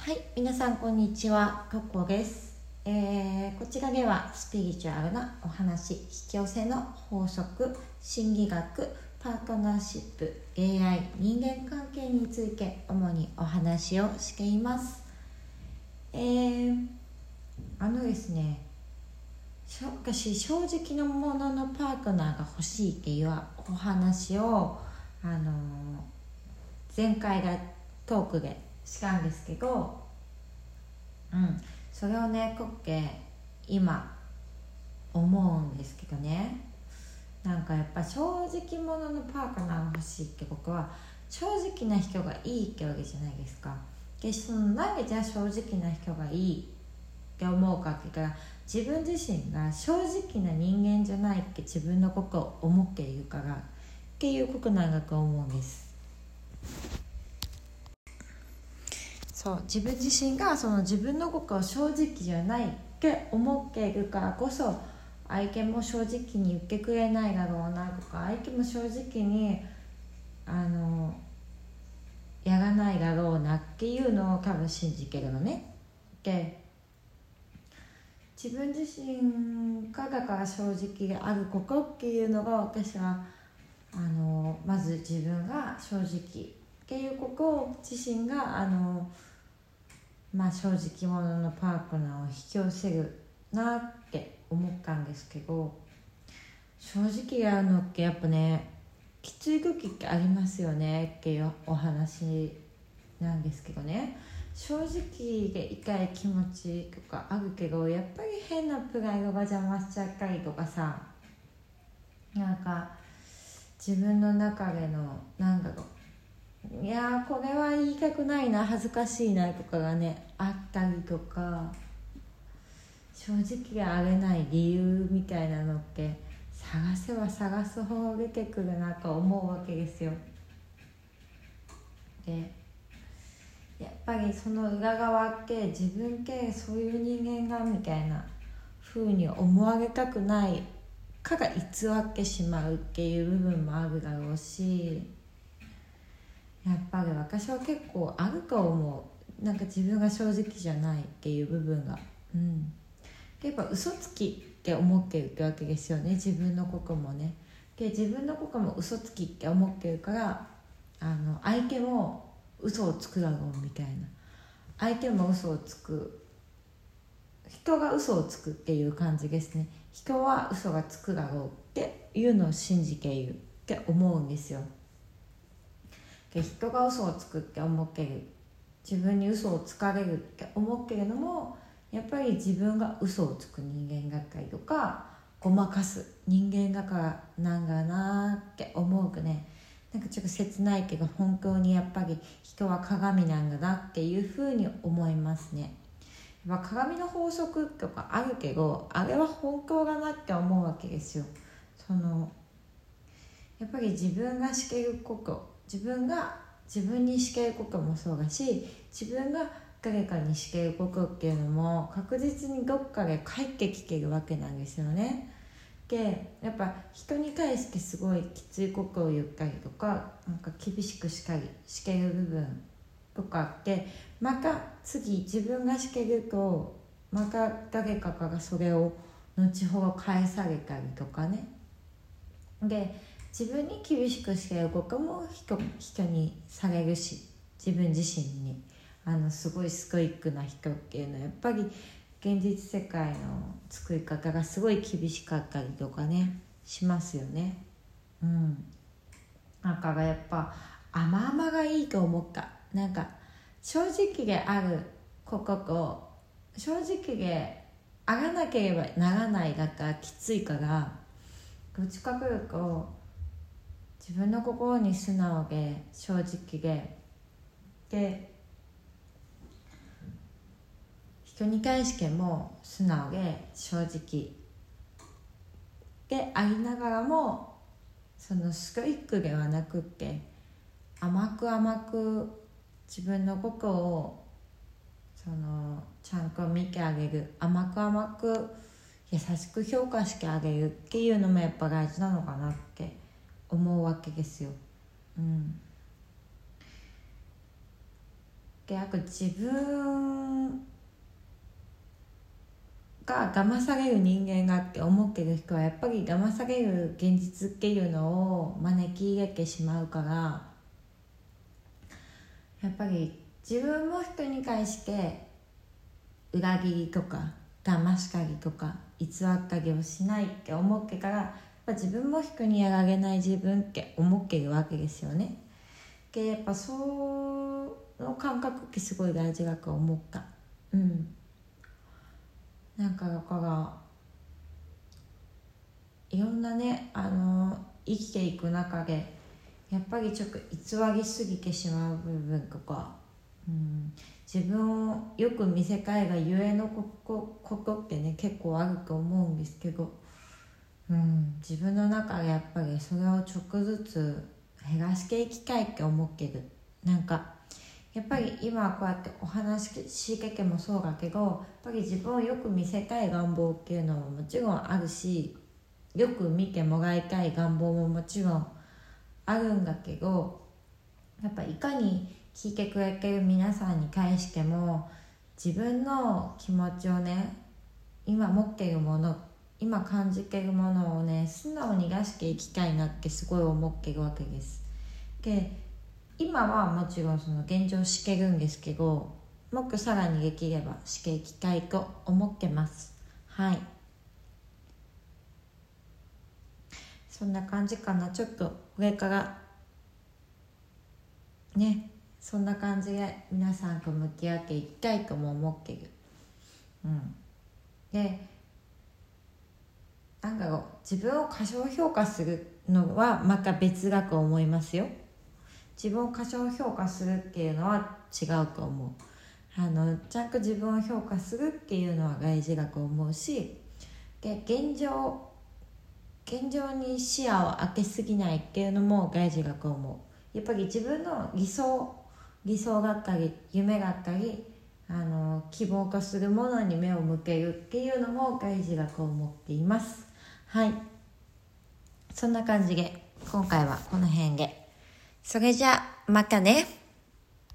はい、皆さんこんにちは、ココです。こちらではスピリチュアルなお話、引き寄せの法則、心理学、パートナーシップ、恋愛、人間関係について主にお話をしています。ですね、私正直なもののパートナーが欲しいっていうお話を前回がトークでしたんですけど、それをね今思うんですけどね、なんかやっぱ正直者のパートナーが欲しいって僕は正直な人がいいってわけじゃないですか。でなんでじゃあ正直な人がいいって思うかって言ったら、自分自身が正直な人間じゃないって自分のことを思っているからっていうことなんだと思うんです。そう自分自身がその自分のことを正直じゃないって思っているからこそ、相手も正直に言ってくれないだろうなとか、相手も正直にやらないだろうなっていうのを多分信じてるのね。で自分自身がだから正直であることっていうのが、私はまず自分が正直っていうことを自身が正直者のパートナーを引き寄せるなって思ったんですけど、正直やるのってやっぱね、きつい時ってありますよねっていうお話なんですけどね。正直で痛い気持ちとかあるけど、やっぱり変なプライドが邪魔しちゃったりとかさ、なんか自分の中でのいやこれは言いたくないな、恥ずかしいなとかがねあったりとか、正直であれない理由みたいなのって探せば探すほど出てくるなと思うわけですよ。でやっぱりその裏側って自分ってそういう人間がみたいな風に思われたくないから偽ってしまうっていう部分もあるだろうし、やっぱり私は結構あると思う。なんか自分が正直じゃないっていう部分が、やっぱ嘘つきって思ってるってわけですよね、自分のこともね。で自分のことも嘘つきって思ってるから、相手も嘘をつくだろうみたいな、相手も嘘をつく、人が嘘をつくっていう感じですね。人は嘘がつくだろうっていうのを信じているって思うんですよ。で人が嘘をつくって思ってる、自分に嘘をつかれるって思ってるのも、やっぱり自分が嘘をつく人間だったりとか、ごまかす人間だからなんだなって思うとね、なんかちょっと切ないけど、本当にやっぱり人は鏡なんだなっていうふうに思いますね。やっぱ鏡の法則とかあるけど、あれは本当だなって思うわけですよ。やっぱり自分がしていること、自分が自分にしていることもそうだし、自分が誰かにしていることっていうのも確実にどっかで返ってきてるわけなんですよね。でやっぱ人に対してすごいきついことを言ったりとか、なんか厳しくしたりしてる部分とかって、また次自分がしてるとまた誰かからそれを後ほど返されたりとかね。で自分に厳しくしてることも人にされるし、自分自身にすごいストイックな人っていうのはやっぱり現実世界の作り方がすごい厳しかったりとかねしますよね。だからやっぱ甘々がいいと思った。なんか正直であることと、正直であらなければならないだからきついから、どっちかというと自分の心に素直で正直で人に対しても素直で正直でありながらも、そのストイックではなくって甘く自分のことをちゃんと見てあげる、甘く優しく評価してあげるっていうのもやっぱ大事なのかなって思うわけですよ。 自分が騙される人間がって思ってる人はやっぱり騙される現実っていうのを招き入れてしまうから、やっぱり自分も人に対して裏切りとか騙しかりとか偽ったりをしないって思ってから、やっぱ自分も人にやられない自分って思ってるわけですよね。でやっぱその感覚ってすごい大事だと思った。なんかだからいろんなね生きていく中でやっぱりちょっと偽りすぎてしまう部分とか、自分をよく見せたいがゆえのことってね結構あると思うんですけど、自分の中でやっぱりそれをちょっとずつ減らしていきたいって思ってる。なんかやっぱり今こうやってお話しけてもそうだけど、やっぱり自分をよく見せたい願望っていうのももちろんあるし、よく見てもらいたい願望ももちろんあるんだけど、やっぱいかに聞いてくれてる皆さんに対しても自分の気持ちをね、今持っているもの、今感じているものをね素直に出していきたいなってすごい思ってるわけです。で今はもちろんその現状してるんですけど、もっとさらにできればしていきたいと思ってます。はい、そんな感じかな。ちょっとこれからねそんな感じで皆さんと向き合っていきたいとも思ってる。でなんだろう、自分を過小評価するのはまた別だと思いますよ。自分を過小評価するっていうのは違うと思う。ちゃんと自分を評価するっていうのは大事だと思うし、で現状に視野を当てすぎないっていうのも大事だと思う。やっぱり自分の理想だったり夢だったり希望とするものに目を向けるっていうのも大事だと思っています。はい、そんな感じで今回はこの辺で。それじゃあまたね。